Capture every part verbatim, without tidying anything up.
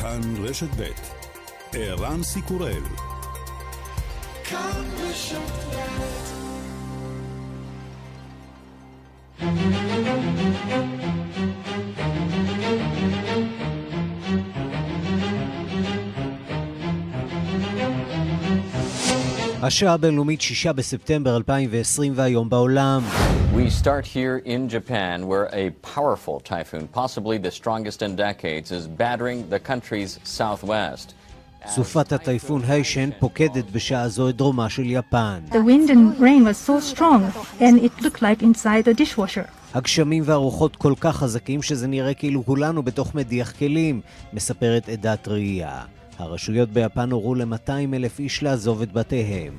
כאן רשת ב' ערן סיקורל. כאן רשת ב'. השעה הבינלאומית שישה בספטמבר אלפיים ועשרים והיום בעולם. We start here in Japan where a powerful typhoon, possibly the strongest in decades, is battering the country's southwest. סופת הטייפון היישן פוקדת בשעה זו את דרומה של יפן. The wind and rain was so strong and it looked like inside the dishwasher. הגשמים והרוחות כל כך חזקים שזה נראה כאילו כולנו בתוך מדיח כלים, מספרת עדת ראייה. הרשויות ביפן הורו ל-מאתיים אלף איש לעזוב את בתיהם.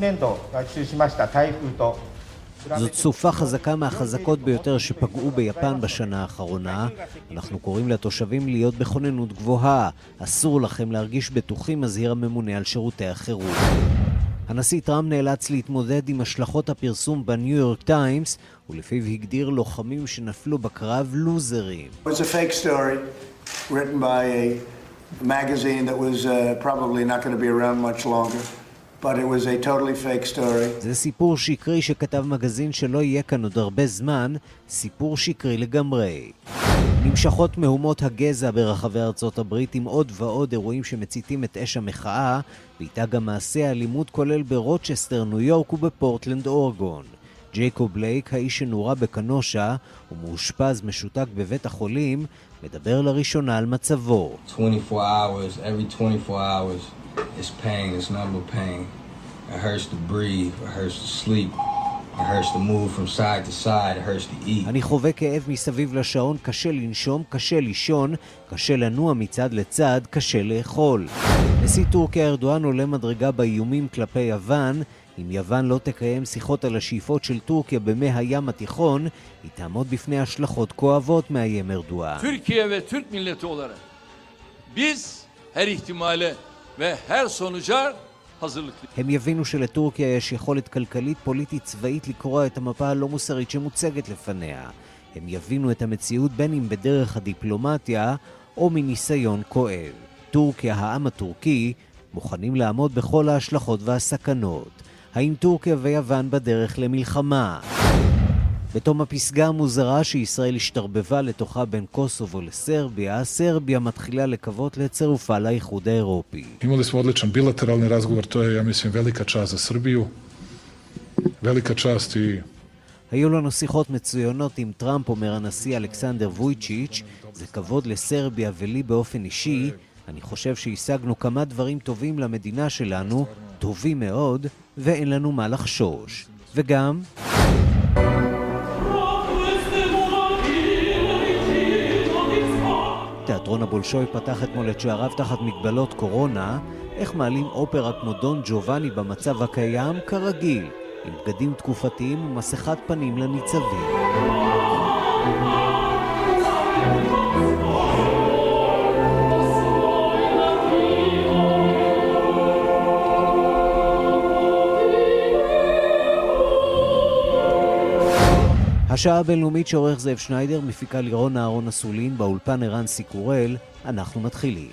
זאת סופה חזקה מהחזקות ביותר שפגעו ביפן בשנה האחרונה. אנחנו קוראים לתושבים להיות בכוננות גבוהה. אסור לכם להרגיש בטוחים, מזהיר הממונה על שירותי החירום. הנשיא טראמפ נאלץ להתמודד עם השלכות הפרסום בניו יורק טיימס, ולפיו הגדיר לוחמים שנפלו בקרב לוזרים. It was a fake story written by a magazine that was uh, probably not going to be around much longer. But it was a totally fake story. זה סיפור שקרי שכתב מגזין שלא יהיה כאן עוד הרבה זמן, סיפור שקרי לגמרי. נמשכות מהומות הגזע ברחבי ארצות הברית עם עוד ועוד אירועים שמציתים את אש המחאה, ואיתה גם מעשה האלימות כולל ברוצ'סטר, ניו יורק ובפורטלנד, אורגון. ג'ייקוב בלייק, האיש שנורה בקנושה ומאושפז משותק בבית החולים, מדבר לראשונה על מצבו. twenty-four hours, every twenty-four hours. It's pain, it's number pain. It hurts to breathe, it hurts to sleep, it hurts to move from side to side, it hurts to eat. אני חווה כאב מסביב לשעון, קשה לנשום, קשה לישון, קשה לנוע מצד לצד, קשה לאכול. נשיא טורקיה ארדואן עולה מדרגה באיומים כלפי יוון. אם יוון לא תקיים שיחות על השאיפות של טורקיה במי הים התיכון, היא תעמוד בפני השלכות כואבות, מאיים ארדואן. Türkiye ve Türk milleti olarak biz her ihtimale ve her sonuca hazırlıklıyız. הם יבינו שלטורקיה יש יכולת כלכלית, פוליטית, צבאית לקרוא את המפה הלא מוסרית שמוצגת לפניה. הם יבינו את המציאות בין אם בדרך הדיפלומטיה או מניסיון כואב. טורקיה, העם הטורקי, מוכנים לעמוד בכל ההשלכות והסכנות. האם טורקיה ויוון בדרך למלחמה? בתום הפסגה המוזרה שישראל השתרבבה לתוכה בין קוסובו לסרביה, סרביה מתחילה לקוות לצירופה לאיחוד האירופי. Imali smo odličan bilateralni razgovor, to je, ja mislim, velika čast za Srbiju. Velika čast i... היו לנו שיחות מצוינות עם טראמפ, אומר הנשיא אלכסנדר וויצ'יץ'. זה כבוד לסרביה ולי באופן אישי. אני חושב שהשגנו כמה דברים טובים למדינה שלנו, טובים מאוד, ואין לנו מה לחשוש. וגם... תיאטרון הבולשוי פתח אתמול את שעריו תחת מגבלות קורונה. איך מעלים אופרה כמו דון ג'ובאני במצב הקיים? כרגיל, עם בגדים תקופתיים ומסכת פנים לניצבים. השעה הבינלאומית שעורך זאב שניידר, מפיקה לירון אהרון אסולין, באולפן ערן סיקורל. אנחנו מתחילים.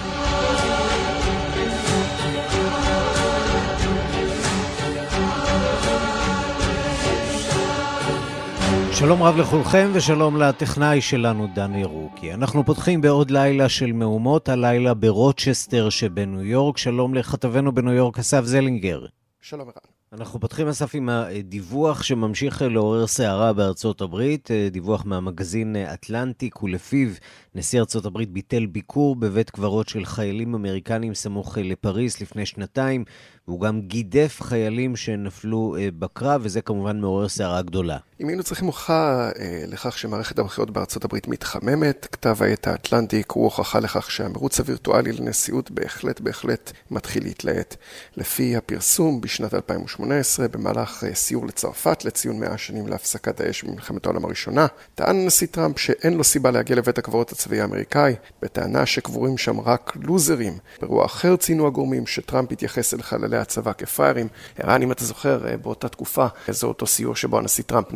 שלום רב לכולכם ושלום לטכנאי שלנו דני רוקי. אנחנו פותחים בעוד לילה של מהומות, הלילה ברוצ'סטר שבניו יורק. שלום לכתבנו בניו יורק אסף זלינגר. שלום ערן. אנחנו פותחים אסף עם הדיווח שממשיך לעורר סערה בארצות הברית, דיווח מהמגזין אטלנטיק, ולפיו נשיא ארצות הברית ביטל ביקור בבית קברות של חיילים אמריקנים סמוך לפריז לפני שנתיים, והוא גם גידף חיילים שנפלו בקרב, וזה כמובן מעורר סערה גדולה. אם היינו צריכים הוכחה לכך שמערכת הבחירות בארצות הברית מתחממת, כתב העת האטלנטיק הוא הוכחה לכך שהמרוץ הווירטואלי לנשיאות בהחלט בהחלט מתחיל להתלהט. לפי הפרסום בשנת אלפיים ושמונה עשרה, במהלך סיור לצרפת לציון מאה שנים להפסקת האש במלחמת העולם הראשונה, טען הנשיא טראמפ שאין לו סיבה להגיע לבית הקברות הצבאי האמריקאי, בטענה שקבורים שם רק לוזרים. ברוח אחר ציינו הגורמים שטראמפ התייחס אל חללי הצבא כפריירים. ערן, אם אתה זוכר, באותה תקופה, זה אותו סיור שבו הנשיא טראמפ נראה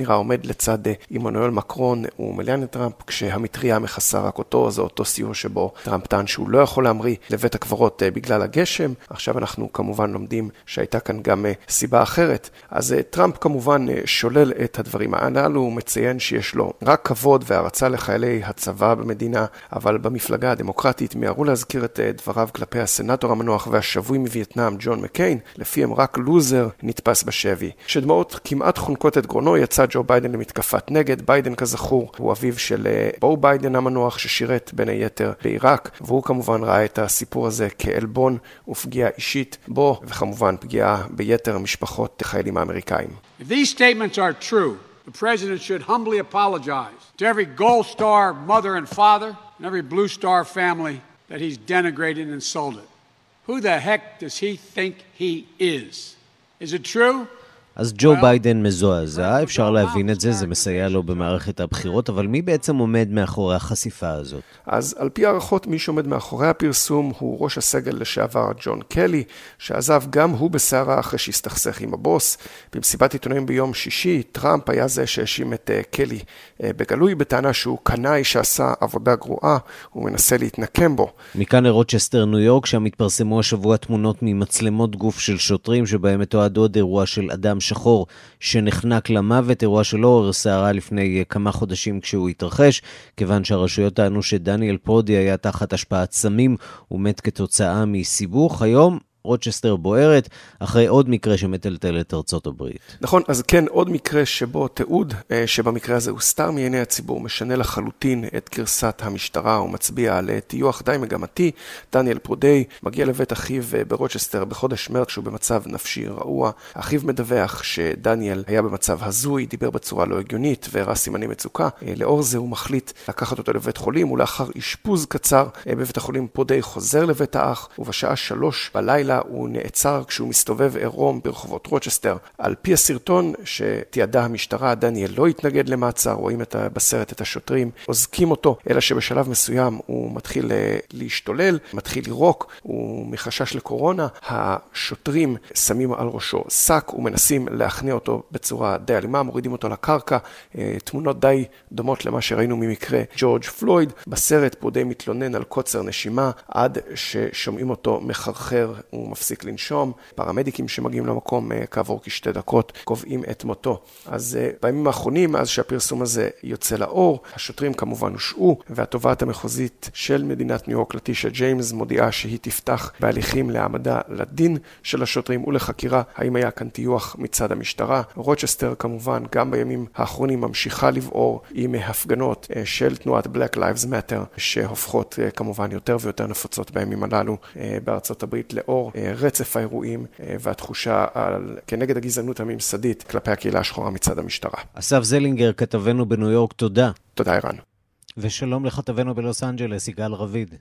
נראה עומד לצד עמנואל מקרון ומליאניה טראמפ, כשהמטריה מכסה רק אותו, זה אותו סיור שבו טראמפ טען שהוא לא יכול להמריא לבית הקברות בגלל הגשם. עכשיו אנחנו כמובן לומדים שהייתה כאן גם סיבה אחרת. אז טראמפ כמובן שולל את הדברים הללו, הוא מציין שיש לו רק כבוד והרצה לחיילי הצבא במדינה, אבל במפלגה הדמוקרטית מיהרו להזכיר את דבריו כלפי הסנאטור המנוח והשבוי מווייטנאם ג'ון מקיין, לפיהם רק לוזר נתפס בשבי. כשדמעות כמעט חונקות את גרונו, יצא ג'ו ביידן למתקפת נגד. ביידן כזכור הוא אביו של בו ביידן המנוח ששירת בין היתר בעיראק, והוא כמובן ראה את הסיפור הזה כעלבון ופגיעה אישית בו, וכמובן פגיעה ביתר משפחות החיילים האמריקאים. If these statements are true, the president should humbly apologize to every Gold Star mother and father and every Blue Star family that he's denigrated and insulted. Who the heck does he think he is? Is it true? אז ג'ו ביידן מזועזע, אפשר להבין את זה, זה מסייע לו במערכת הבחירות, אבל מי בעצם עומד מאחורי החשיפה הזאת? אז על פי הערכות, מי שעומד מאחורי הפרסום הוא ראש הסגל לשעבר ג'ון קלי, שעזב גם הוא בסערה אחרי שהסתכסך עם הבוס. במסיבת עיתונאים ביום שישי, טראמפ היה זה שהאשים את קלי בגלוי, בטענה שהוא קנאי שעשה עבודה גרועה, הוא מנסה להתנקם בו. מכאן לרוצ'סטר, ניו יורק, שם התפרסמו השבוע תמונות ממצלמות גוף של שוטרים, שבהם מתועד עוד אירוע של אדם שחור שנחנק למוות, אירוע שלא עורר סערה לפני כמה חודשים כשהוא התרחש, כיוון שהרשויות טענו שדניאל פרודי היה תחת השפעת סמים ומת כתוצאה מסיבוך. היום רוצ'סטר בוערת אחרי עוד מקרה שמטלטל את ארצות הברית. נכון, אז כן, עוד מקרה שבו תיעוד, שבמקרה הזה הוא סתר מעיני הציבור, משנה לחלוטין את גרסת המשטרה ומצביע על טיוח די מגמתי. דניאל פרודי מגיע לבית אחיו ברוצ'סטר בחודש מרץ שהוא במצב נפשי רעוע. אחיו מדווח שדניאל היה במצב הזוי, דיבר בצורה לא הגיונית והראה סימני מצוקה. לאור זה הוא מחליט לקחת אותו לבית חולים, ולאחר אשפוז קצר בבית החולים פרודי חוזר לבית האח, ובשעה שלוש בלילה הוא נעצר כשהוא מסתובב עירום ברחובות רוצ'סטר. על פי הסרטון שתיעדה המשטרה, דניאל לא התנגד למעצר, רואים את בסרט את השוטרים, עוזקים אותו, אלא שבשלב מסוים הוא מתחיל להשתולל, מתחיל לירוק, הוא מחשש לקורונה, השוטרים שמים על ראשו שק ומנסים להכניע אותו בצורה די אלימה, מורידים אותו לקרקע. תמונות די דומות למה שראינו ממקרה ג'ורג' פלויד. בסרט פרודי מתלונן על קוצר נשימה, עד ששומעים אותו מחרחר ומפסיק לנשום. פרמדיקים שמגיעים למקום כעבור כשתי דקות קובעים את מותו. אז בימים האחרונים, אז שהפרסום הזה יוצא לאור, השוטרים כמובן הושעו, והתובעת המחוזית של מדינת ניו יורק לטישה ג'יימס מודיעה שהיא תפתח בהליכים להעמדה לדין של השוטרים ולחקירה האם היה כאן טיוח מצד המשטרה. רוצ'סטר כמובן גם בימים האחרונים ממשיכה לבעור עם הפגנות של תנועת Black Lives Matter שהופכות כמובן יותר ויותר נפוצות בימים הללו בארצות הברית לאור רצף האירועים והתחושה על, כנגד הגזענות הממסדית כלפי הקהילה השחורה מצד המשטרה. אסף זלינגר, כתבנו בניו יורק, תודה. תודה ערן. ושלום לכתבנו בלוס אנג'לס, יגאל רביד.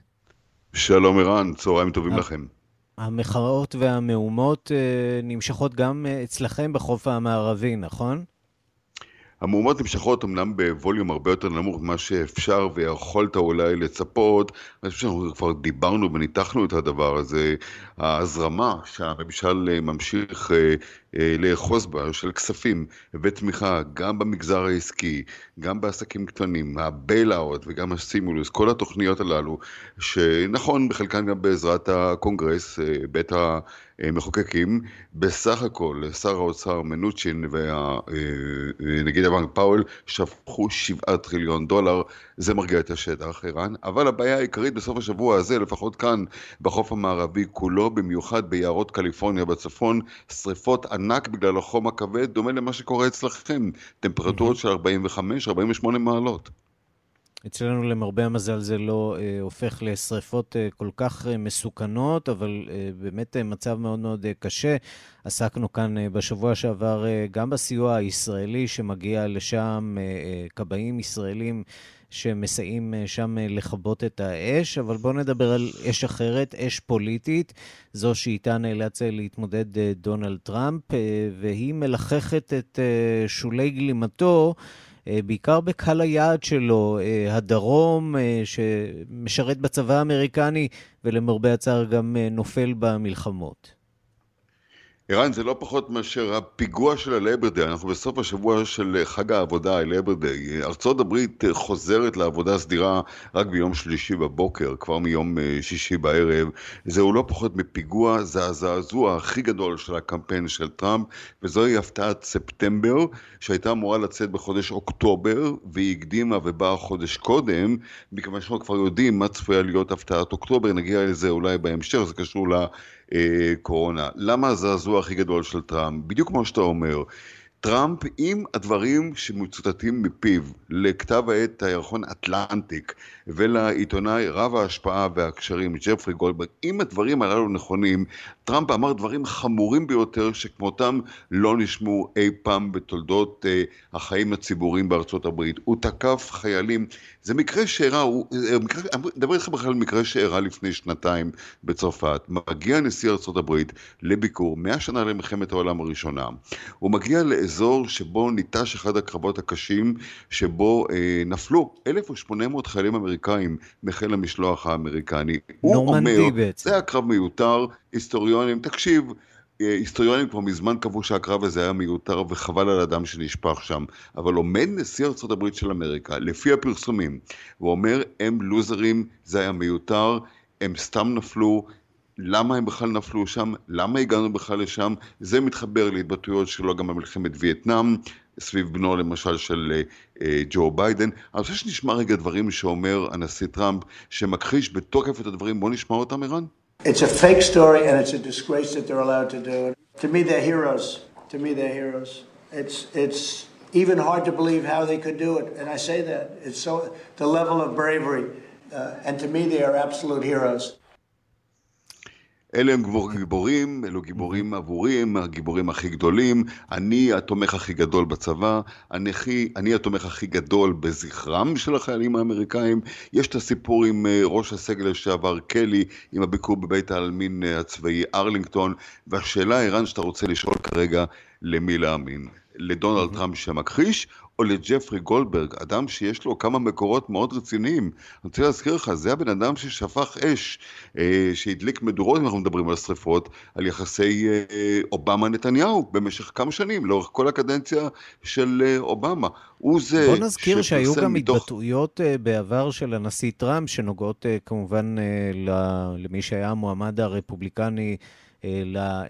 שלום ערן, צהריים טובים לכם. המחאות והמהומות נמשכות גם אצלכם בחוף המערבי, נכון? המהומות נמשכות אמנם בווליום הרבה יותר נמוך ממה שאפשר ויכולת אולי לצפות. אני חושב שאנחנו כבר דיברנו וניתחנו את הדבר הזה. ההזרמה שהממשל ממשיך לאחוז בה של כספים ותמיכה גם במגזר העסקי, גם בעסקים קטנים, הבייל-אאוט וגם הסימולוס, כל התוכניות הללו, שנכון בחלקן גם בעזרת הקונגרס, בית המחוקקים, בסך הכל שר האוצר מנוצ'ין ונגיד הבנק פאוול שפכו שבעה טריליון דולר. זה מרגיע את השטח, ערן, אבל הבעיה העיקרית בסוף השבוע הזה, לפחות כאן בחוף המערבי כולו, במיוחד ביערות קליפורניה בצפון, שריפות ענק בגלל החום הכבד, דומה למה שקורה אצלכם, טמפרטורות של ארבעים וחמש ארבעים ושמונה מעלות. אצלנו למרבה המזל זה לא אה, הופך לשריפות אה, כל כך אה, מסוכנות, אבל אה, באמת אה, מצב מאוד מאוד אה, קשה. עסקנו כאן אה, בשבוע שעבר אה, גם בסיוע הישראלי שמגיע לשם, אה, אה, כבאים ישראלים שמסייעים אה, שם אה, לכבות את האש, אבל בואו נדבר על אש אחרת, אש פוליטית, זו שאיתה נאלץ להתמודד אה, דונלד טראמפ, אה, והיא מלחכת את אה, שולי גלימתו, בעיקר בקהל היעד שלו, הדרום שמשרת בצבא האמריקני ולמרבה הצער גם נופל במלחמות. איראן זה לא פחות מאשר הפיגוע של הלייבר דיי. אנחנו בסוף השבוע של חג העבודה, הלייבר דיי. ארצות הברית חוזרת לעבודה סדירה רק ביום שלישי בבוקר, כבר מיום שישי בערב. זהו לא פחות מפיגוע, זה הזעזוע הכי גדול של הקמפיין של טראמפ, וזוהי הפתעת ספטמבר שהייתה אמורה לצאת בחודש אוקטובר, והיא הקדימה ובאה חודש קודם, מכיוון שאנחנו כבר יודעים מה צפויה להיות הפתעת אוקטובר, נגיע לזה אולי בהמשך, זה קשור ל... קורונה. למה הזעזוע הכי גדול של טראמפ? בדיוק כמו שאתה אומר, טראמפ עם הדברים שמצוטטים מפיו לכתב העת הירחון אטלנטיק ולעיתונאי רב ההשפעה והקשרים ג'פרי גולדברג, אם הדברים הללו נכונים, טראמפ אמר דברים חמורים ביותר שכמותם לא נשמעו אי פעם בתולדות אה, החיים הציבוריים בארצות הברית. הוא תקף חיילים, זה מקרה שאירע, הוא, מקרה, אני מדבר איתך בכלל מקרה שאירע לפני שנתיים בצרפת. מגיע נשיא ארצות הברית לביקור, מאה שנה למלחמת העולם הראשונה. הוא מגיע לאזור שבו ניטש אחד הקרבות הקשים, שבו אה, נפלו אלף ושמונה מאות חיילים אמריקאים מחיל המשלוח האמריקני. הוא אומר, בעצם. זה הקרב מיותר, היסטוריונים, תקשיב, היסטוריונים כבר מזמן קבעו שהקרב הזה היה מיותר וחבל על אדם שנשפך שם, אבל עומד נשיא ארצות הברית של אמריקה, לפי הפרסומים, הוא אומר, הם לוזרים, זה היה מיותר, הם סתם נפלו, למה הם בכלל נפלו שם, למה הגענו בכלל לשם, זה מתחבר להתבטאויות שלו גם במלחמת וייטנאם, סביב בנו למשל של אה, ג'ו ביידן. אני חושב שנשמע רגע דברים שאומר הנשיא טראמפ, שמכחיש בתוקף את הדברים, בוא נשמע אותם איראן. It's a fake story and it's a disgrace that they're allowed to do it. To me they're heroes. To me they're heroes. It's it's even hard to believe how they could do it, and I say that. It's so the level of bravery uh, and to me they are absolute heroes. אלה הם גיבורים, אלו גיבורים עבורים, הגיבורים הכי גדולים, אני התומך הכי גדול בצבא, אני, אני התומך הכי גדול בזכרם של החיילים האמריקאים. יש את הסיפור עם ראש הסגל לשעבר קלי, עם הביקור בבית העלמין הצבאי ארלינגטון, והשאלה איראן שאתה רוצה לשאול כרגע, למי להאמין? לדונלד טראמפ שמכחיש, או לג'פרי גולדברג, אדם שיש לו כמה מקורות מאוד רציניים. אני רוצה להזכיר לך, זה הבן אדם ששפך אש, אה, שהדליק מדורות, אם אנחנו מדברים על שריפות, על יחסי אה, אובמה-נתניהו, במשך כמה שנים, לאורך כל הקדנציה של אה, אובמה. הוא זה בוא נזכיר שהיו גם מתוך... התבטאויות אה, בעבר של הנשיא טראמפ, שנוגעות אה, כמובן אה, למי שהיה המועמד הרפובליקני אה,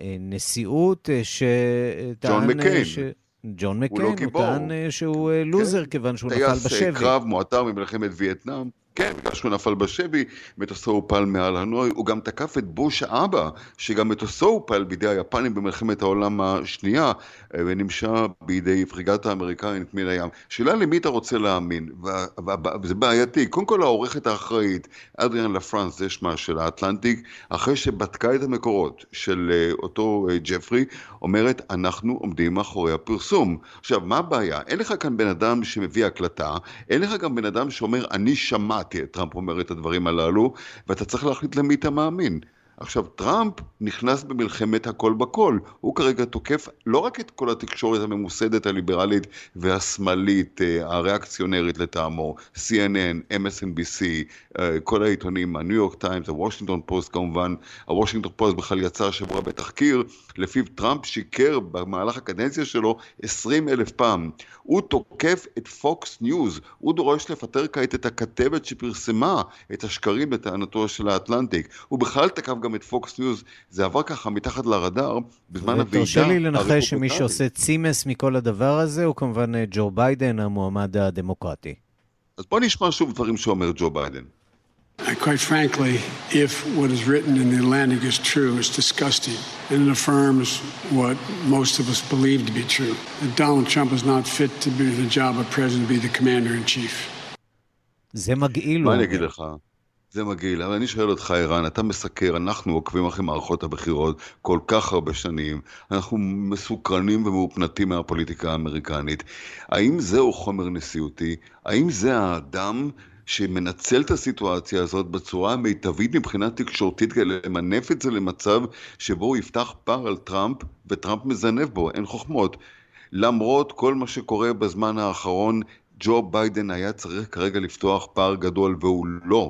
לנשיאות, אה, שטען... ג'ון מקיין. ש... ג'ון מקיין, הוא, הוא טען שהוא לוזר, כן. כיוון שהוא נפל בשבי. טייס קרב מועטר ממלחמת וייטנאם, כן, בגלל שהוא נפל בשבי, מטוסו הופל מעל הנוי, הוא גם תקף את בוש האבא, שגם מטוסו הופל בידי היפנים במלחמת העולם השנייה, ונמשה בידי פריגת האמריקאית מן הים. שאלה למי אתה רוצה להאמין, וזה בעייתי. קודם כל העורכת האחראית, אדריאן לפרנס, זה שמה של האטלנטיק, אחרי שבדקה את המקורות של אותו ג'פרי, אומרת, אנחנו עומדים מאחורי הפרסום. עכשיו, מה הבעיה? אין לך כאן בן אדם שמביא הקלטה, אין לך גם בן אדם שאומר, אני שמעתי, טראמפ אומר את הדברים הללו, ואתה צריך להחליט למי אתה מאמין. עכשיו, טראמפ נכנס במלחמת הכל בכל. הוא כרגע תוקף לא רק את כל התקשורת הממוסדת, הליברלית והשמאלית, הריאקציונרית לטעמו, סי אן אן, אם אס אן בי סי, כל העיתונים, הניו יורק טיימס, הוושינגטון פוסט כמובן. הוושינגטון פוסט בכלל יצא השבוע בתחקיר, לפיו טראמפ שיקר במהלך הקדנציה שלו עשרים אלף פעם. הוא תוקף את פוקס ניוז, הוא דורש לפטר כעת את הכתבת שפרסמה את השקרים לטענתו של האטלנטיק. הוא בכלל תקף גם את פוקס ניוז, זה עבר ככה מתחת לרדאר בזמן הוועידה. תרשה לי לנחש שמי שעושה צימס מכל הדבר הזה הוא כמובן ג'ו ביידן, המועמד הדמוקרטי. אז בוא נשמע שוב דברים שאומר ג'ו ביידן. Quite frankly, if what is written in the Atlantic is true, it's disgusting. And it affirms what most of us believe to be true. That Donald Trump is not fit to be the job of president, to be the commander-in-chief. זה מגעיל. מה אני אגיד לך? זה מגעיל, אבל אני שואל אותך איראן, אתה מסקר, אנחנו עוקבים אחרי מערכות הבחירות כל כך הרבה שנים, אנחנו מסוקרנים ומאופנתים מהפוליטיקה האמריקנית. האם זהו חומר נשיאותי? האם זה האדם שמנצל את הסיטואציה הזאת בצורה המיטבית מבחינה תקשורתית כדי למנף את זה למצב שבו הוא יפתח פער על טראמפ וטראמפ מזנב בו, אין חוכמות. למרות כל מה שקורה בזמן האחרון, ג'ו ביידן היה צריך כרגע לפתוח פער גדול והוא לא.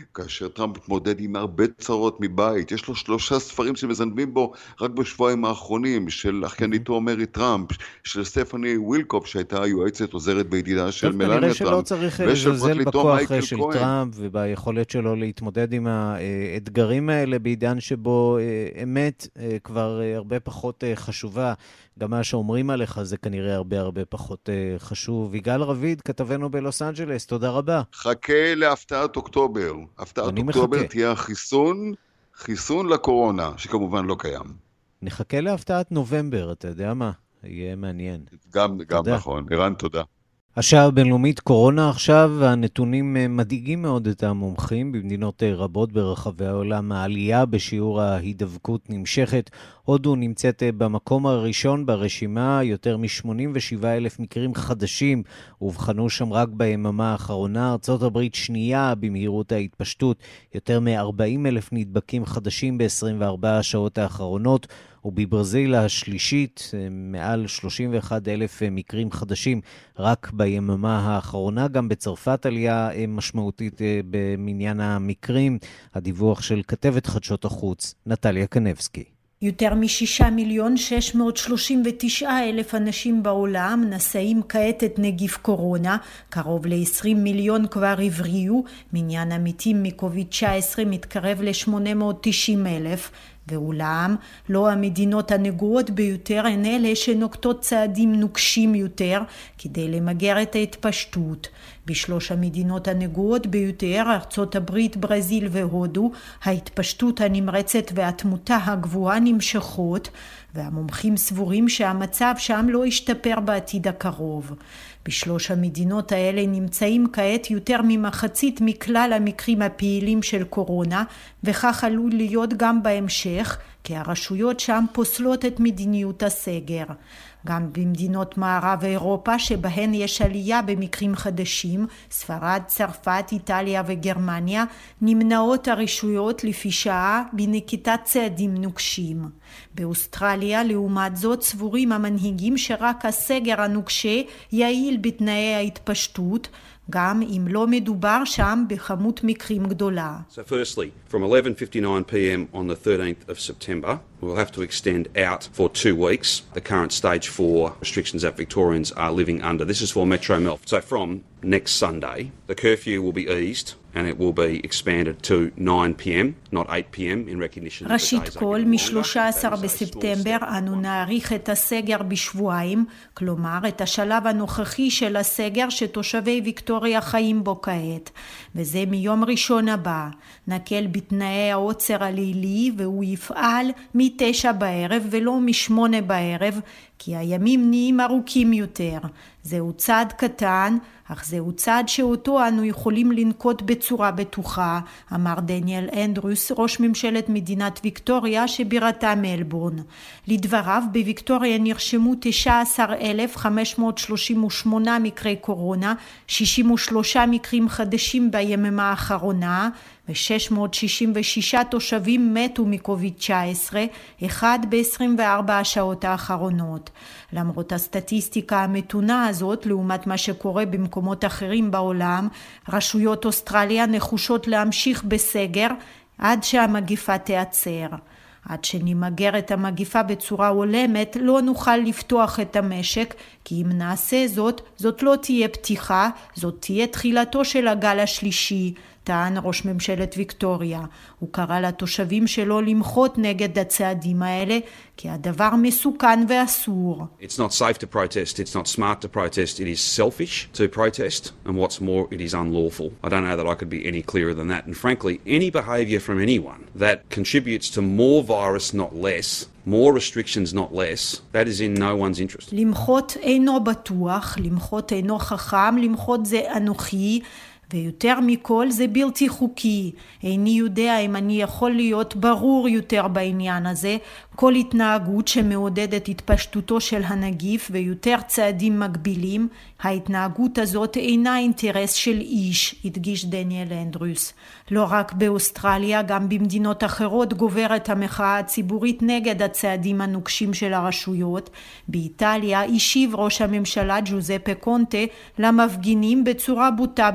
כאשר טראמפ מתמודד עם הרבה צרות מבית. יש לו שלושה ספרים שמזנבים בו רק בשבועיים האחרונים, של אחייניתו מרי טראמפ, של סטפני וילקוב, שהייתה יועצת עוזרת בידידה של מלניה טראמפ, כנראה שלא צריך לזלזל בכוח של טראמפ וביכולת שלו להתמודד עם האתגרים האלה בעידן שבו אמת כבר הרבה פחות חשובה. גם מה שאומרים עליך זה כנראה הרבה הרבה פחות חשוב. יגאל רביד, כתבנו בלוס אנג'לס, תודה רבה. חכה להפתעת אוקטובר. הפתעת אוקטובר מחכה. תהיה חיסון, חיסון לקורונה, שכמובן לא קיים. נחכה להפתעת נובמבר, אתה יודע מה? יהיה מעניין. גם, גם נכון. ערן, תודה. השעה הבינלאומית קורונה עכשיו, והנתונים מדאיגים מאוד את המומחים. במדינות רבות ברחבי העולם העלייה בשיעור ההידבקות נמשכת. הודו נמצאת במקום הראשון ברשימה, יותר מ-שמונים ושבעה אלף מקרים חדשים ובחנו שם רק ביממה האחרונה. ארצות הברית שנייה במהירות ההתפשטות, יותר מ-ארבעים אלף נדבקים חדשים ב-עשרים וארבע השעות האחרונות, ובברזיל השלישית מעל שלושים ואחד אלף מקרים חדשים רק ביממה האחרונה. גם בצרפת עלייה משמעותית במניין המקרים. הדיווח של כתבת חדשות החוץ נטליה קנבסקי. יותר משישה מיליון שש מאות שלושים ותשעה אלף אנשים בעולם נשאים כעת את נגיף קורונה, קרוב ל-עשרים מיליון כבר הבריאו, מניין המתים מקוביד תשע עשרה מתקרב ל-שמונה מאות תשעים אלף, ואולם לא המדינות הנגועות ביותר הן אלה שנוקטות צעדים נוקשים יותר כדי למגר את ההתפשטות. בשלוש המדינות הנגועות ביותר, ארצות הברית, ברזיל והודו, ההתפשטות הנמרצת והתמותה הגבוהה נמשכות, והמומחים סבורים שהמצב שם לא ישתפר בעתיד הקרוב. בשלוש המדינות האלה נמצאים כעת יותר ממחצית מכלל המקרים הפעילים של קורונה, וכך עלול להיות גם בהמשך, כי הרשויות שם פוסלות את מדיניות הסגר. גם במדינות מערב אירופה שבהן יש עלייה במקרים חדשים, ספרד, צרפת, איטליה וגרמניה, נמנעות הרשויות לפי שעה בנקיטת צעדים נוקשים. באוסטרליה, לעומת זאת, סבורים המנהיגים שרק הסגר הנוקשה יעיל בתנאי ההתפשטות, גם אם לא מדובר שם בכמות מקרים גדולה. So firstly, from eleven fifty-nine p m on the thirteenth of September, we'll have to extend out for two weeks the current stage four restrictions that Victorians are living under. This is for Metro Melbourne. So from next Sunday, the curfew will be eased and it will be expanded to nine p m, not eight p m in recognition of the days ראשית כל, מ-שלושה עשר בספטמבר אנו נאריך את הסגר בשבועיים, כלומר את השלב הנוכחי של הסגר שתושבי ויקטוריה חיים בו כעת, וזה מיום ראשון הבא. נקל בתנאי העוצר הלילי והוא יפעל מתשע בערב ולא משמונה בערב, כי הימים נהיים ארוכים יותר. זהו צעד קטן, אך זהו צעד שאותו אנו יכולים לנקוט בצורה בטוחה, אמר דניאל אנדרוס, ראש ממשלת מדינת ויקטוריה שבירתה מלבורן. לדבריו, בוויקטוריה נרשמו תשעה עשר אלף חמש מאות שלושים ושמונה מקרי קורונה, שישים ושלושה מקרים חדשים ביממה האחרונה, ו-שש מאות שישים ושישה תושבים מתו מקוביד תשע עשרה, אחד ב-עשרים וארבע השעות האחרונות. למרות הסטטיסטיקה המתונה הזאת, לעומת מה שקורה במקומות אחרים בעולם, רשויות אוסטרליה נחושות להמשיך בסגר עד שהמגיפה תיעצר. עד שנמגר את המגיפה בצורה הולמת, לא נוכל לפתוח את המשק, כי אם נעשה זאת, זאת לא תהיה פתיחה, זאת תהיה תחילתו של הגל השלישי, טען ראש ממשלת ויקטוריה. הוא קרא לתושבים שלו למחות נגד הצעדים האלה, כי הדבר מסוכן ואסור. It's not safe to protest, it's not smart to protest, it is selfish to protest, and what's more, it is unlawful. I don't know that I could be any clearer than that, and frankly, any behaviour from anyone that contributes to more virus, not less, more restrictions, not less, that is in no one's interest. למחות אינו בטוח, למחות אינו חכם, למחות זה אנוכי, ויותר מכל זה בלתי חוקי. איני יודע אם אני יכול להיות ברור יותר בעניין הזה. כל התנהגות שמעודדת התפשטותו של הנגיף ויותר צעדים מקבילים, ההתנהגות הזאת אינה אינטרס של איש, הדגיש דניאל אנדרוס. לא רק באוסטרליה, גם במדינות אחרות גוברת המחאה הציבורית נגד הצעדים הנוקשים של הרשויות. באיטליה השיב ראש הממשלה ג'וזפה קונטה למפגינים בצורה בוטה ביותר.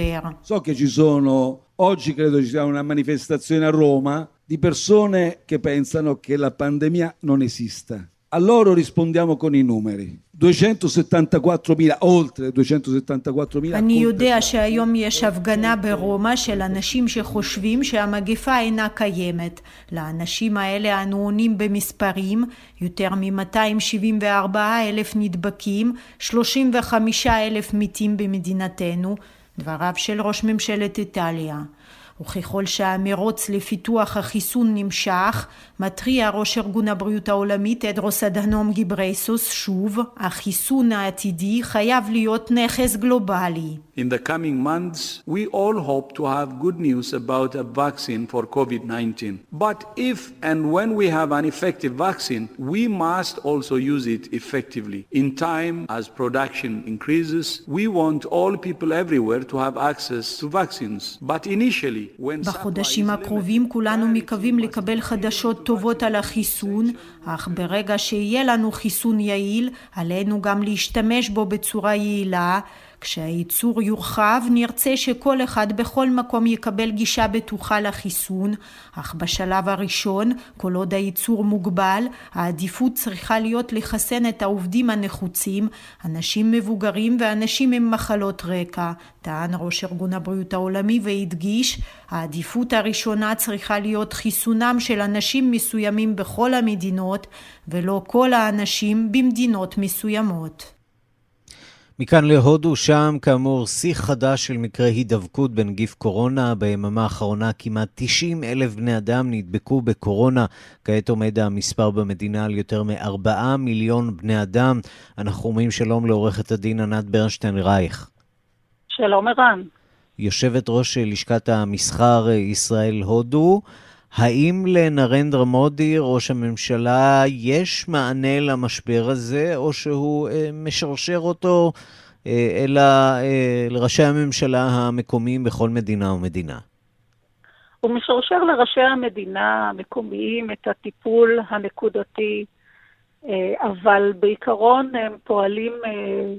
יותר. So che ci sono, oggi credo ci sia una manifestazione a Roma di persone che pensano che la pandemia non esista. A loro rispondiamo con i numeri. duecentosettantaquattromila, oltre duecentosettantaquattromila. אני יודע שהיום יש הפגנה ברומא של אנשים שחושבים שהמגפה אינה קיימת. לאנשים האלה אנו עונים במספרים, יותר מ-מאתיים שבעים וארבעה אלף נדבקים, שלושים וחמישה אלף מתים במדינתנו, דבריו של ראש ממשלת איטליה. וככל שהמרוץ לפיתוח החיסון נמשך, מתריע ראש ארגון הבריאות העולמי טדרוס אדהנום גיברייסוס שוב, החיסון העתידי חייב להיות נכס גלובלי. In the coming months, we all hope to have good news about a vaccine for COVID nineteen. But if and when we have an effective vaccine, we must also use it effectively. In time, as production increases, we want all people everywhere to have access to vaccines. But initially, בחודשים הקרובים כולנו מקווים לקבל חדשות טובות על החיסון, אך ברגע שיהיה לנו חיסון יעיל, עלינו גם להשתמש בו בצורה יעילה. כשהייצור יורחב, נרצה שכל אחד בכל מקום יקבל גישה בטוחה לחיסון, אך בשלב הראשון, כל עוד הייצור מוגבל, העדיפות צריכה להיות לחסן את העובדים הנחוצים, אנשים מבוגרים ואנשים עם מחלות רקע. טען ראש ארגון הבריאות העולמי והדגיש, העדיפות הראשונה צריכה להיות חיסונם של אנשים מסוימים בכל המדינות, ולא כל האנשים במדינות מסוימות. מכאן להודו, שם כאמור שיא חדש של מקרי הידבקות בנגיף קורונה. ביממה האחרונה כמעט תשעים אלף בני אדם נדבקו בקורונה. כעת עומד המספר במדינה על יותר מארבעה מיליון בני אדם. אנחנו אומרים שלום לעורכת הדין ענת ברנשטיין רייך. שלום ערן. יושבת ראש לשכת המסחר ישראל הודו. האם לנרנדרה מודי, ראש הממשלה, יש מענה למשבר הזה, או שהוא אה, משרשר אותו אה, אלא אה, לראשי הממשלה המקומיים בכל מדינה ומדינה? הוא משרשר לראשי המדינה המקומיים את הטיפול הנקודתי, אה, אבל בעיקרון הם פועלים אה,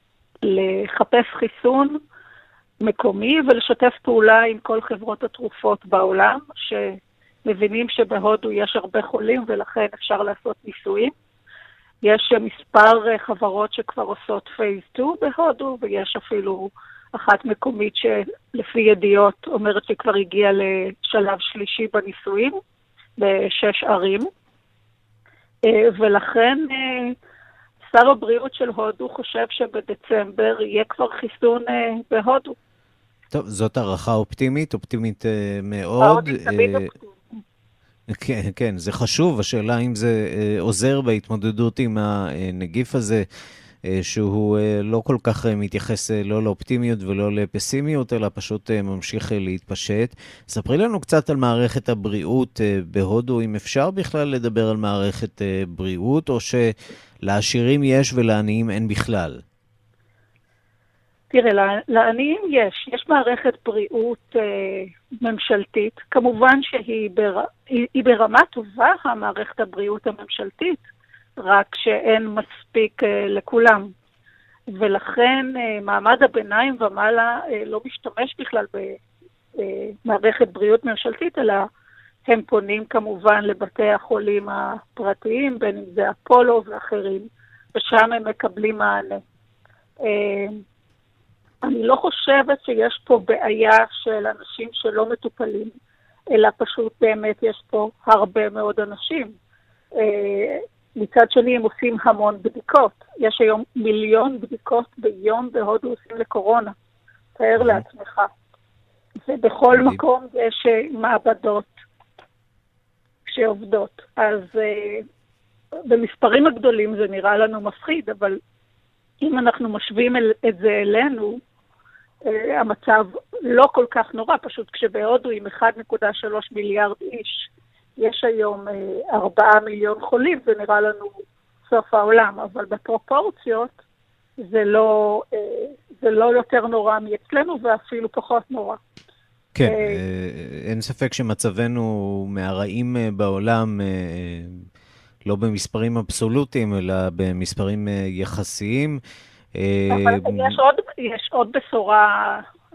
לחפש חיסון מקומי ולשתף פעולה עם כל חברות התרופות בעולם, ש... מבינים שבהודו יש הרבה חולים ולכן אפשר לעשות ניסויים. יש מספר חברות שכבר עושות פייז שתיים בהודו, ויש אפילו אחת מקומית שלפי ידיעות אומרת שכבר הגיעה לשלב שלישי בניסויים בשש ערים. ולכן שר הבריאות של הודו חושב שבדצמבר יהיה כבר חיסון בהודו. טוב, זאת הערכה אופטימית, אופטימית מאוד. תמיד אופטימית. כן, כן, זה חשוב. השאלה אם זה אה, עוזר בהתמודדות עם הנגיף הזה, אה, שהוא אה, לא כל כך אה, מתייחס אה, לא לאופטימיות ולא לפסימיות, אלא פשוט אה, ממשיך אה, להתפשט. ספרי לנו קצת על מערכת הבריאות אה, בהודו, אם אפשר בכלל לדבר על מערכת אה, בריאות, או שלעשירים יש ולעניים אין בכלל. תראה, לעניים יש, יש מערכת בריאות אה, ממשלתית, כמובן שהיא בר, היא, היא ברמה טובה המערכת הבריאות הממשלתית, רק שאין מספיק אה, לכולם, ולכן אה, מעמד הביניים ומעלה אה, לא משתמש בכלל במערכת בריאות ממשלתית, אלא הם פונים כמובן לבתי החולים הפרטיים, בין אם זה אפולו ואחרים, ושם הם מקבלים מענה. אה, אני לא חושבת שיש פה בעיה של אנשים שלא מטופלים, אלא פשוט באמת יש פה הרבה מאוד אנשים. מצד שני הם עושים המון בדיקות. יש היום מיליון בדיקות ביום בהודו עושים לקורונה. תאר לעצמך. ובכל מקום יש מעבדות שעובדות. אז במספרים הגדולים זה נראה לנו מפחיד, אבל אם אנחנו משווים את זה אלינו, המצב לא כל כך נורא, פשוט כשבהודו עם אחד נקודה שלוש מיליארד איש, יש היום ארבעה מיליון חולים, זה נראה לנו סוף העולם, אבל בפרופורציות זה לא, זה לא יותר נורא מאצלנו ואפילו פחות נורא. כן, אין ספק שמצבנו מהרעים בעולם, לא במספרים אבסולוטיים, אלא במספרים יחסיים. אבל יש עוד, יש עוד בשורה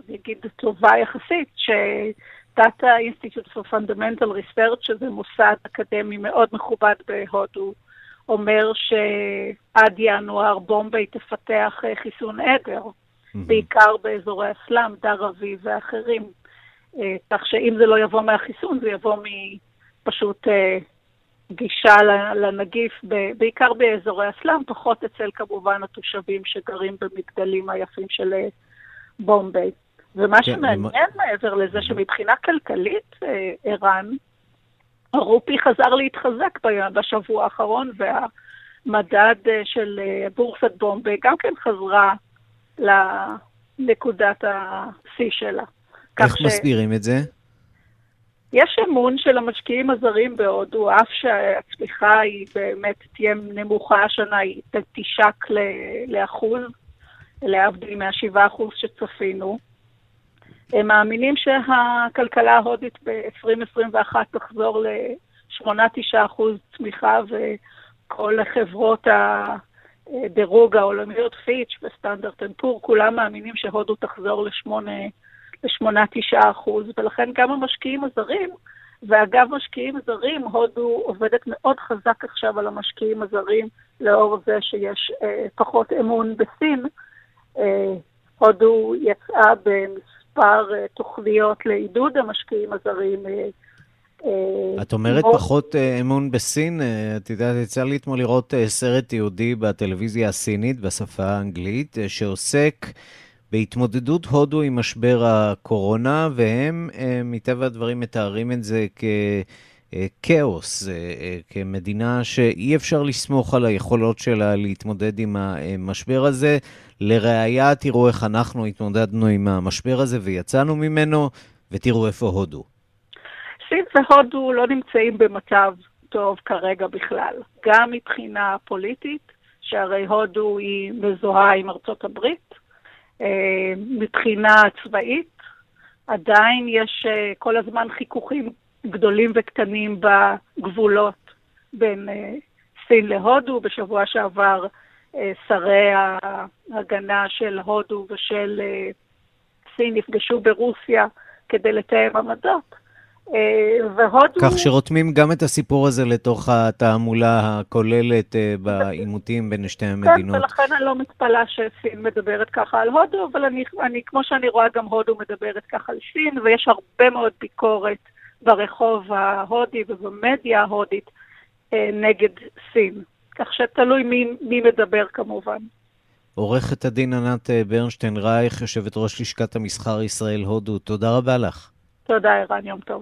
אני אגיד טובה יחסית, שדאטה אינסטיטוט פור פונדמנטל ריסרצ', שזה מוסד אקדמי מאוד מכובד בהודו, אומר שעד ינואר בומביי תפתח חיסון עדר, mm-hmm. בעיקר באזורי הסלאם, דרבי ואחרים. כך שאם זה לא יבוא מהחיסון, זה יבוא מפשוט גישה לנגיף, בעיקר באזורי הסלאם, פחות אצל כמובן התושבים שגרים במגדלים היפים של בומביי. ומה כן, שמעניין ומה... מעבר לזה שמבחינה כלכלית, איראן, הרופי חזר להתחזק בשבוע האחרון, והמדד של בורסת בומביי גם כן חזרה לנקודת השיא שלה. איך ש... מסבירים את זה? יש אמון של המשקיעים הזרים בהודו, אף שהצמיחה היא באמת תהיה נמוכה השנה, היא תשק לאחוז, להבדיל מהשבעה אחוז שצפינו. הם מאמינים שהכלכלה ההודית ב-עשרים עשרים ואחת תחזור ל-שמונה עד תשעה אחוז צמיחה, וכל חברות הדירוג העולמיות, פיץ' וסטנדרט אנד פור, כולם מאמינים שהודו תחזור לשמונה לשמונה תשעה אחוז, ולכן גם המשקיעים הזרים, ואגב משקיעים זרים, הודו עובדת מאוד חזק עכשיו על המשקיעים הזרים, לאור זה שיש אה, פחות אמון בסין. אה, הודו יצאה במספר אה, תוכניות לעידוד המשקיעים הזרים. אה, אה, את אומרת מאוד... פחות אה, אמון בסין, אה, את יודעת, יצא לי אתמול לראות אה, סרט יהודי בטלוויזיה הסינית, בשפה האנגלית, אה, שעוסק בהתמודדות הודו עם משבר הקורונה, והם מטבע הדברים מתארים את זה ככאוס, כמדינה שאי אפשר לסמוך על היכולות שלה להתמודד עם המשבר הזה. לראיה, תראו איך אנחנו התמודדנו עם המשבר הזה ויצאנו ממנו, ותראו איפה הודו. סין והודו לא נמצאים במצב טוב כרגע בכלל, גם מבחינה פוליטית, שהרי הודו היא מזוהה עם ארצות הברית, מבחינה צבאית, עדיין יש כל הזמן חיכוכים גדולים וקטנים בגבולות בין סין להודו. בשבוע שעבר שרי ההגנה של הודו ושל סין נפגשו ברוסיה כדי לתאם עמדות. והודו... כך שרותמים גם את הסיפור הזה לתוך התעמולה הכוללת בעימותים בין שתי המדינות. כן, ולכן אני לא מתפלאה שסין מדברת ככה על הודו, אבל אני, אני, כמו שאני רואה, גם הודו מדברת ככה על סין, ויש הרבה מאוד ביקורת ברחוב ההודי ובמדיה ההודית נגד סין. כך שתלוי מי, מי מדבר כמובן. עורכת הדין ענת ברנשטיין רייך, יושבת ראש לשכת המסחר ישראל הודו, תודה רבה לך. תודה ערן, יום טוב.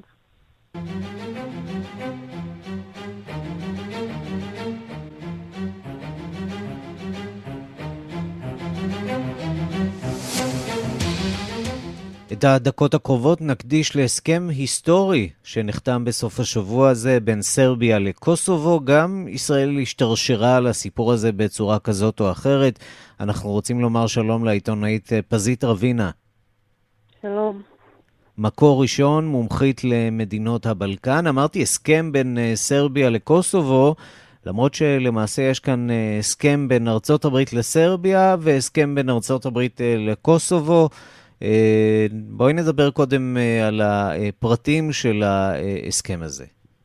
את הדקות הקרובות נקדיש להסכם היסטורי שנחתם בסוף השבוע הזה בין סרביה לקוסובו. גם ישראל השתרשרה על הסיפור הזה בצורה כזאת או אחרת. אנחנו רוצים לומר שלום לעיתונאית פזית רבינה. שלום. מקור ראשון, מומחית למדינות הבלקן. אמרתי הסכם בין סרביה לקוסובו, למרות שלמעשה יש כאן הסכם בין ארצות הברית לסרביה והסכם בין ארצות הברית לקוסובו. בואי נדבר קודם על הפרטים של ההסכם הזה.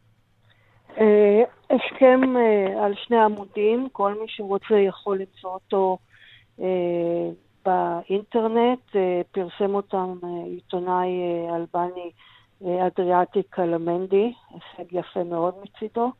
הסכם על שני עמודים, כל מי שרוצה יכול למצוא אותו באינטרנט, פרסם אותם עיתונאי אלבני אדריאטי קלמנדי, הישג יפה מאוד מצידו.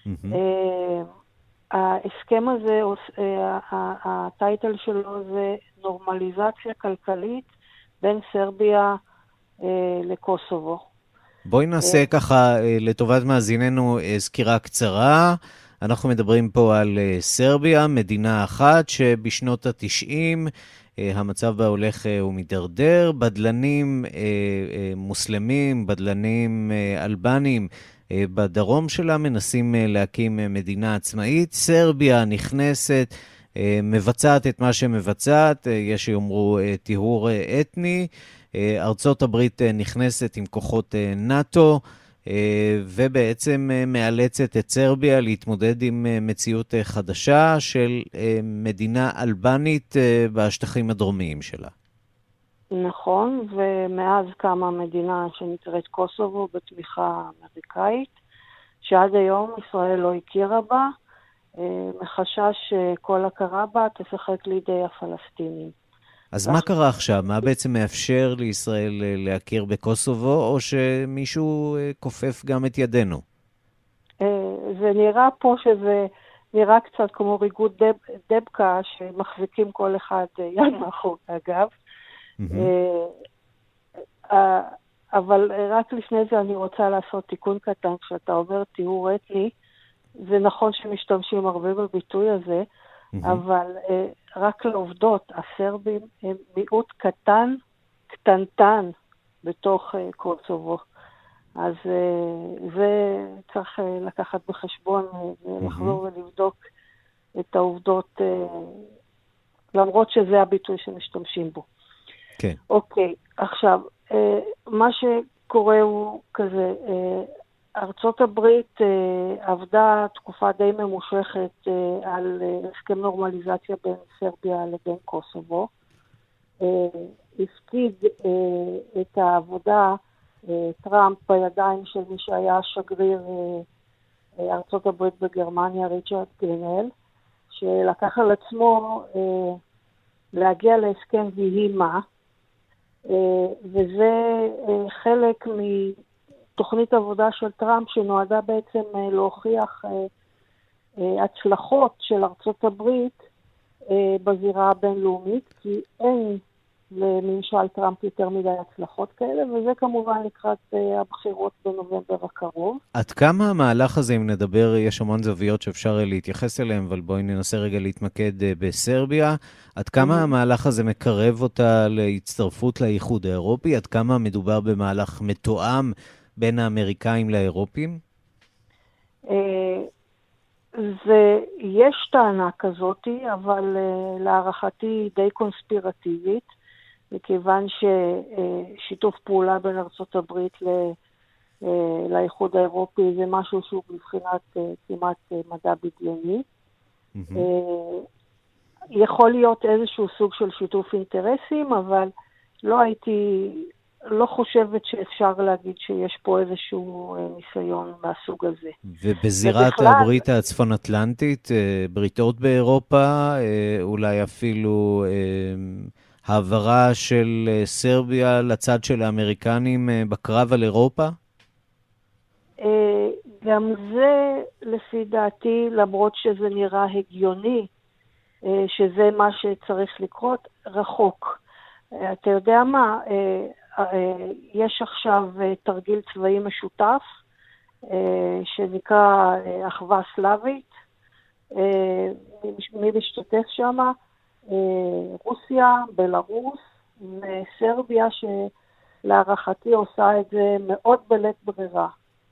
ההסכם הזה, הטייטל שלו זה נורמליזציה כלכלית בין סרביה לקוסובו. בואי נעשה ככה לטובת מאזיננו סקירה קצרה. אנחנו מדברים פה על סרביה, מדינה אחת שבשנות ה-תשעים המצב בה הולך ומדרדר, בדלנים מוסלמים, בדלנים אלבנים בדרום שלה מנסים להקים מדינה עצמאית. סרביה נכנסת, מבצעת את מה שמבצעת, יש שיאמרו טיהור אתני. ארצות הברית נכנסת עם כוחות נאטו, ובעצם מאלצת את סרביה להתמודד עם מציאות חדשה של מדינה אלבנית בשטחים הדרומיים שלה. נכון, ומאז קמה מדינה שנקראת קוסובו בתמיכה אמריקאית, שעד היום ישראל לא הכירה בה, מחשש שכל הכרה בה תשחק לידי הפלסטינים. אז מה קרה עכשיו? מה בעצם מאפשר לישראל להכיר בקוסובו, או שמישהו כופף גם את ידינו? זה נראה פה שזה נראה קצת כמו ריגוד דב, דבקה, שמחזיקים כל אחד יד מאחור, אגב. אבל רק לפני זה אני רוצה לעשות תיקון קטן. כשאתה אומר טיהור אתני, זה נכון שמשתמשים הרבה בביטוי הזה, אבל רק לעובדות, הסרבים הם מיעוט קטן, קטנטן בתוך קוסובו. אז זה צריך לקחת בחשבון ולחזור ולבדוק את העובדות, למרות שזה הביטוי שמשתמשים בו. כן. אוקיי, עכשיו, מה שקורה הוא כזה, ארצות הברית עבדה תקופה די ממושכת על הסכם נורמליזציה בין סרביה לבין קוסובו. הפקיד את העבודה טראמפ בידיים של מי שהיה שגריר ארצות הברית בגרמניה, ריצ'רד גרינל, שלקח על עצמו להגיע להסכם ויהי מה, וזה חלק מתוכנית עבודה של טראמפ שנועדה בעצם להוכיח הצלחות של ארצות הברית בזירה הבינלאומית, כי אין לממשל טראמפ יותר מדי הצלחות כאלה, וזה כמובן לקראת הבחירות בנובמבר הקרוב. עד כמה המהלך הזה, אם נדבר, יש המון זוויות שאפשר להתייחס אליהם, אבל בואי ננסה רגע להתמקד בסרביה. עד כמה המהלך הזה מקרב אותה להצטרפות לאיחוד האירופי? עד כמה מדובר במהלך מתואם בין האמריקאים לאירופים? זה, יש טענה כזאת, אבל להערכתי די קונספירטיבית, מכיוון ששיתוף פעולה בין ארצות הברית לאיחוד האירופי זה משהו שהוא בבחינת כמעט מדע בדיוני. יכול להיות איזשהו סוג של שיתוף אינטרסים, אבל לא הייתי, לא חושבת שאפשר להגיד שיש פה איזשהו ניסיון מהסוג הזה. ובזירת ובכלל... הברית הצפון-אטלנטית, בריתות באירופה, אולי אפילו העברה של סרביה לצד של האמריקנים בקרב על אירופה? גם זה, לפי דעתי, למרות שזה נראה הגיוני, שזה מה שצריך לקרות, רחוק. אתה יודע מה? יש עכשיו תרגיל צבאי משותף, שנקרא אחווה סלאבית. מי משתתף שם? רוסיה, בלרוס וסרביה, שלהערכתי עושה את זה מאוד בלית ברירה.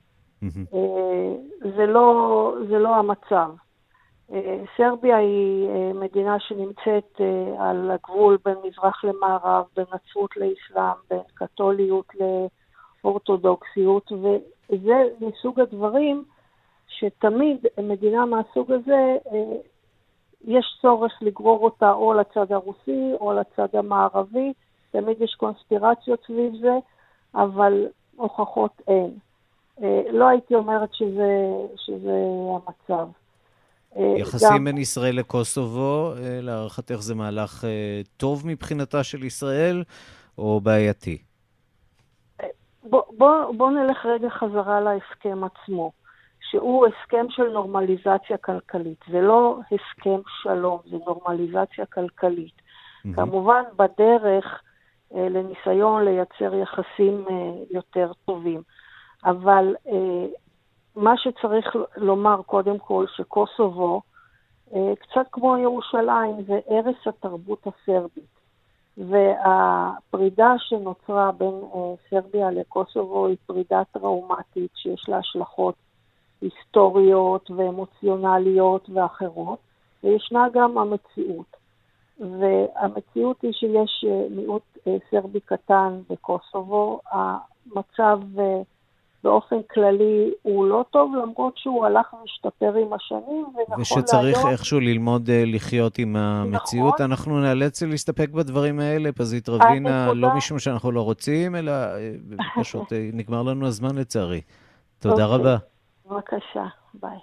זה לא, זה לא המצב. סרביה היא מדינה שנמצאת על הגבול בין מזרח למערב, בין נצרות לאסלאם, בין קתוליות לאורתודוקסיות, וזה מסוג הדברים שתמיד מדינה מהסוג הזה יש צורך לגרור אותה או לצד הרוסי או לצד המערבי, תמיד יש קונספירציות סביב זה, אבל הוכחות אין. לא הייתי אומרת שזה, שזה המצב. יחסים גם... בין ישראל לקוסובו, להערכתך זה מהלך טוב מבחינתה של ישראל או בעייתי? בוא, בוא, בוא נלך רגע חזרה להסכם עצמו, שהוא הסכם של נורמליזציה כלכלית. זה לא הסכם שלום, זה נורמליזציה כלכלית. Mm-hmm. כמובן בדרך לניסיון לייצר יחסים יותר טובים. אבל מה שצריך לומר קודם כל שקוסובו, קצת כמו ירושלים, זה ערש התרבות הסרבית. והפרידה שנוצרה בין סרביה לקוסובו היא פרידה טראומטית שיש לה השלכות היסטוריות ואמוציונליות ואחרות, וישנה גם המציאות. והמציאות היא שיש מיעוט סרבי קטן בקוסובו, המצב באופן כללי הוא לא טוב, למרות שהוא הלך ומשתפר עם השנים. ושצריך להיום... איכשהו ללמוד לחיות עם המציאות. נכון. אנחנו נאלץ להסתפק בדברים האלה, פזית רבינה, לא משום שאנחנו לא רוצים, אלא פשוט נגמר לנו הזמן לצערי. תודה okay. רבה. בבקשה, ביי.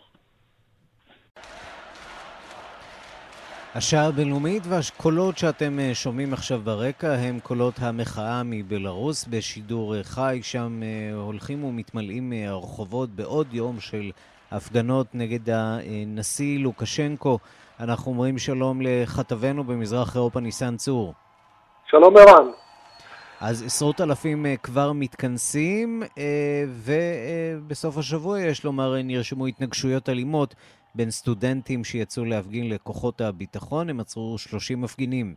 השעה הבינלאומית והקולות שאתם שומעים עכשיו ברקע הם קולות המחאה מבלרוס בשידור חי, שם הולכים ומתמלאים הרחובות בעוד יום של הפגנות נגד הנשיא לוקשנקו. אנחנו אומרים שלום לכתבנו במזרח אירופה ניסן צור. שלום ערן. אז עשרות אלפים כבר מתכנסים, ובסוף השבוע יש לומר נרשמו התנגשויות אלימות בין סטודנטים שיצאו להפגין לכוחות הביטחון. הם עצרו שלושים מפגינים.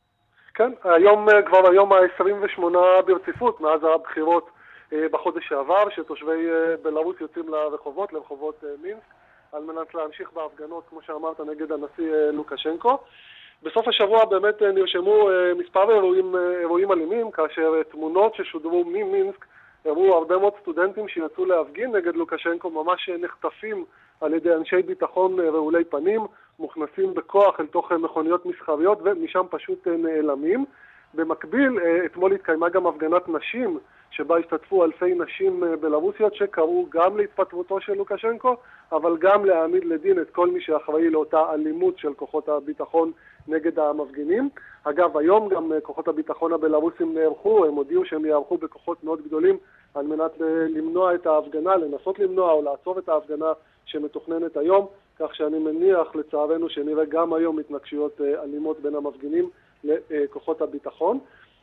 כן, היום כבר היום ה-עשרים ושמונה ברציפות מאז הבחירות בחודש שעבר, שתושבי בלרוס יוצאים לרחובות, לרחובות מינסק, על מנת להמשיך בהפגנות, כמו שאמרת, נגד הנשיא לוקשנקו. בסוף השבוע באמת נרשמו מספר אירועים, אירועים אלימים, כאשר תמונות ששודרו ממינסק הראו הרבה מאוד סטודנטים שיצאו להפגין נגד לוקשנקו ממש נחטפים על ידי אנשי ביטחון רעולי פנים, מוכנסים בכוח אל תוך מכוניות מסחריות ומשם פשוט נעלמים. במקביל, אתמול התקיימה גם הפגנת נשים, שבה השתתפו אלפי נשים בלרוסיות שקראו גם להתפטרותו של לוקשנקו, אבל גם להעמיד לדין את כל מי שאחראי לאותה אלימות של כוחות הביטחון נגד המפגינים. אגב, היום גם כוחות הביטחון הבלרוסים נערכו, הם הודיעו שהם יערכו בכוחות מאוד גדולים על מנת למנוע את ההפגנה, לנסות למנוע או לעצור את ההפגנה שמתוכננת היום, כך שאני מניח לצערנו שנראה גם היום התנגשויות אלימות בין המפגינים לכוחות הביטחון.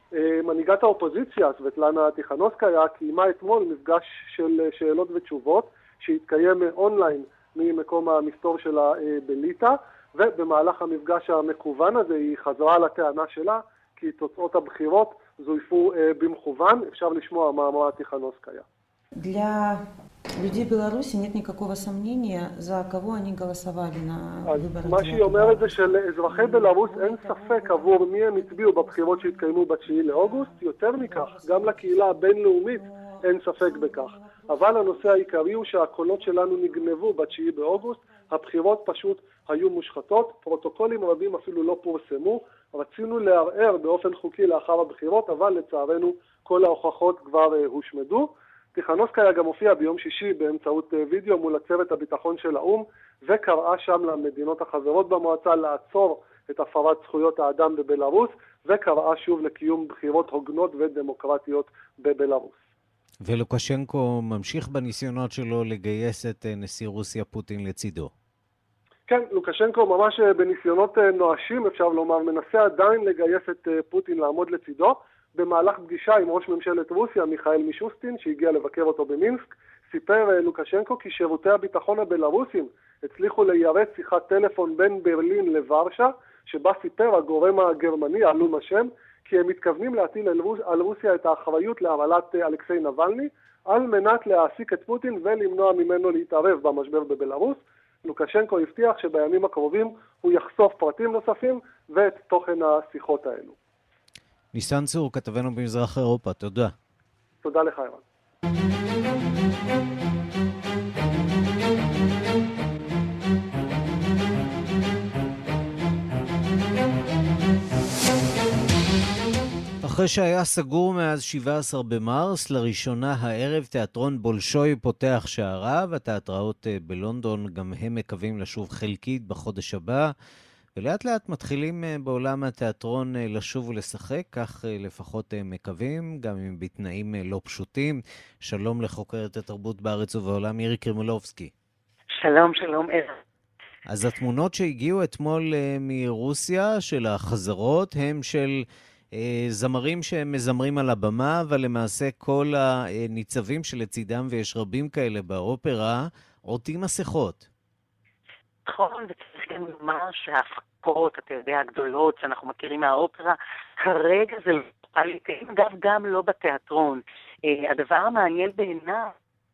מנהיגת האופוזיציה, סבטלנה טיכנובסקיה, קיימה אתמול מפגש של שאלות ותשובות שהתקיים אונליין ממקום המסתור שלה בליטא, ובמהלך המפגש המקוון הזה היא חזרה על הטענה שלה כי תוצאות הבחירות זויפו במכוון. אפשר לשמוע מה אמרה טיכנובסקיה. Для людей Беларуси нет никакого сомнения, за кого они голосовали на выборах. מה שהיא אומרת זה שלאזרחי בלרוס אין ספק עבור מי הם הצביעו בבחירות שהתקיימו בתשיעי לאוגוסט. יותר מכך, גם לקהילה הבינלאומית אין ספק בכך. אבל הנושא העיקרי הוא שהקולות שלנו נגנבו בתשיעי באוגוסט. הבחירות פשוט היו מושחתות, פרוטוקולים רבים אפילו לא פורסמו. רצינו לערער באופן חוקי לאחר הבחירות, אבל לצערנו כל ההוכחות כבר הושמדו. טיכנובסקיה גם הופיעה ביום שישי באמצעות וידאו מול הצוות הביטחון של האום, וקראה שם למדינות החברות במועצה לעצור את הפרת זכויות האדם בבלרוס, וקראה שוב לקיום בחירות הוגנות ודמוקרטיות בבלרוס. ולוקשנקו ממשיך בניסיונות שלו לגייס את נשיא רוסיה פוטין לצידו. כן, לוקשנקו ממש בניסיונות נואשים, אפשר לומר, מנסה עדיין לגייס את פוטין לעמוד לצידו. במהלך פגישה עם ראש ממשלת רוסיה, מיכאל מישוסטין, שהגיע לבקר אותו במינסק, סיפר לוקשנקו כי שירותי הביטחון הבלרוסים הצליחו ליירט שיחת טלפון בין ברלין לוורשה, שבה סיפר הגורם הגרמני, עלום השם, כי הם מתכוונים להטיל על רוסיה את האחריות להרעלת אלכסיי נבלני, על מנת להעסיק את פוטין ולמנוע ממנו להתערב במשבר בבלרוס. לוקשנקו הבטיח שבימים הקרובים הוא יחשוף פרטים נוספים ואת תוכן השיחות האלו. ניסן צור, כתבנו במזרח אירופה, תודה. תודה לך, אירן. אחרי שהיה סגור מאז שבעה עשר במרס, לראשונה הערב תיאטרון בולשוי פותח שעריו. התיאטראות בלונדון גם הם מקווים לשוב חלקית בחודש הבא. ולאט לאט מתחילים בעולם התיאטרון לשוב ולשחק, כך לפחות מקווים, גם אם בתנאים לא פשוטים. שלום לחוקרת התרבות בארץ ובעולם, מירי קרימולובסקי. שלום, שלום, ערן. אז התמונות שהגיעו אתמול מרוסיה של החזרות הם של זמרים שמזמרים על הבמה, אבל למעשה כל הניצבים שלצידם, ויש רבים כאלה באופרה, עוטים מסכות. נכון, וצריך גם לומר שההפקות, אתה יודע, הגדולות שאנחנו מכירים מהאופרה, כרגע זה לא יכול להתקיים, אגב, גם לא בתיאטרון. הדבר המעניין בעיניי,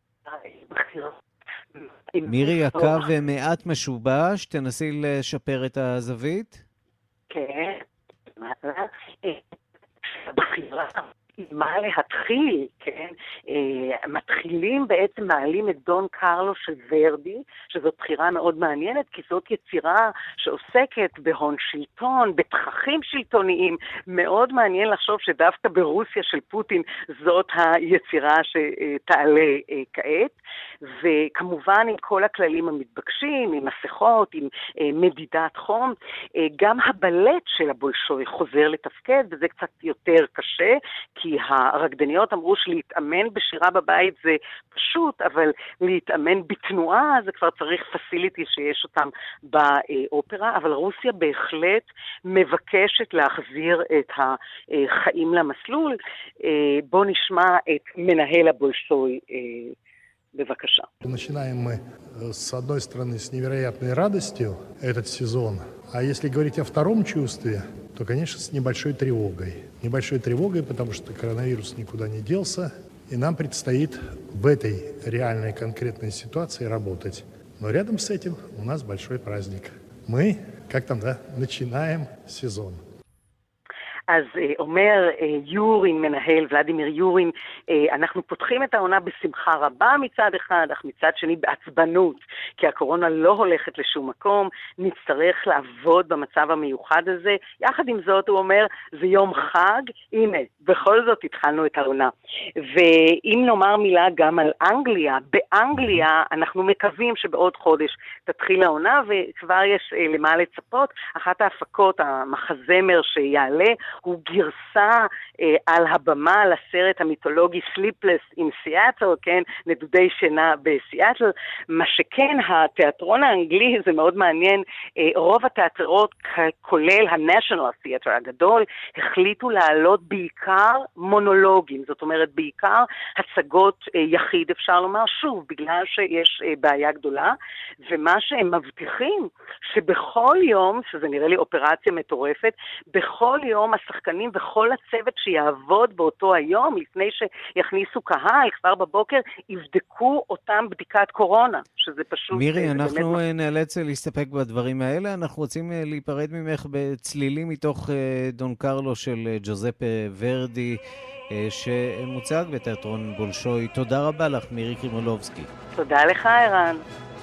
מירי, הקו מעט משובש, תנסי לשפר את הזווית. כן, הבחירה מה להתחיל, כן? מתחילים בעצם, מעלים את דון קרלו של ורדי, שזאת בחירה מאוד מעניינת, כי זאת יצירה שעוסקת בהון שלטון, בתככים שלטוניים. מאוד מעניין לחשוב שדווקא ברוסיה של פוטין זאת היצירה שתעלה כעת, וכמובן עם כל הכללים המתבקשים, עם מסכות, עם מדידת חום. גם הבלט של הבולשוי חוזר לתפקד, וזה קצת יותר קשה, כי הרקדניות אמרו שלהתאמן בשירה בבית זה פשוט, אבל להתאמן בתנועה זה כבר צריך פסיליטי שיש אותם באופרה, אבל רוסיה בהחלט מבקשת להחזיר את החיים למסלול. בוא נשמע את מנהל הבולשוי, בבקשה. Начинаем мы с одной стороны с невероятной радостью этот сезон, а если говорить о втором чувстве, то, конечно, с небольшой тревогой. Небольшой тревогой, потому что коронавирус никуда не делся, и нам предстоит в этой реальной конкретной ситуации работать. Но рядом с этим у нас большой праздник. Мы, как там, да, начинаем сезон. אז אומר יורין, מנהל ולדימיר יורין, אנחנו פותחים את העונה בשמחה רבה מצד אחד, אך מצד שני בעצבנות, כי הקורונה לא הולכת לשום מקום, נצטרך לעבוד במצב המיוחד הזה. יחד עם זאת הוא אומר, זה יום חג, הנה, בכל זאת התחלנו את העונה. ואם נאמר מילה גם על אנגליה, באנגליה אנחנו מקווים שבעוד חודש תתחיל העונה, וכבר יש למה לצפות. אחת ההפקות, המחזמר שיעלה, הוא גרסה אה, על הבמה לסרט המיתולוגי Sleepless in Seattle, כן, נדודי שינה בסיאטל. מה שכן, התיאטרון האנגלי, זה מאוד מעניין, אה, רוב התיאטרות, כולל ה-National Theatre הגדול, החליטו לעלות בעיקר מונולוגים, זאת אומרת בעיקר הצגות אה, יחיד, אפשר לומר, שוב, בגלל שיש אה, בעיה גדולה, ומה שהם מבטיחים, שבכל יום, שזה נראה לי אופרציה מטורפת, בכל יום השחקנים וכל הצוות שיעבוד באותו היום, לפני שיכניסו קהל, כבר בבוקר, יבדקו אותם בדיקת קורונה, שזה פשוט... מירי, אנחנו באמת... נאלץ להסתפק בדברים האלה, אנחנו רוצים להיפרד ממך בצלילים מתוך דון קרלו של ג'וזפה ורדי, שמוצג בתיאטרון בולשוי. תודה רבה לך, מירי קרימולובסקי. תודה לך, ערן.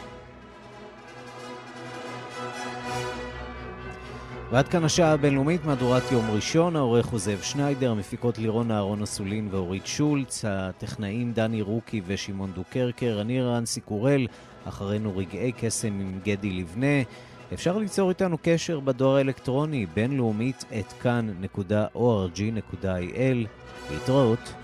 ועד כאן השעה הבינלאומית, מהדורת יום ראשון, העורך הוא זאב שניידר, המפיקות לירון אהרון אסולין ואורית שולץ, הטכנאים דני רוקי ושמעון דוקרקר, אני רנסי קורל, אחרינו רגעי קסם עם גדי לבנה. אפשר ליצור איתנו קשר בדואר האלקטרוני בינלאומית את כאן נקודה או אר ג'י נקודה איי אל. להתראות.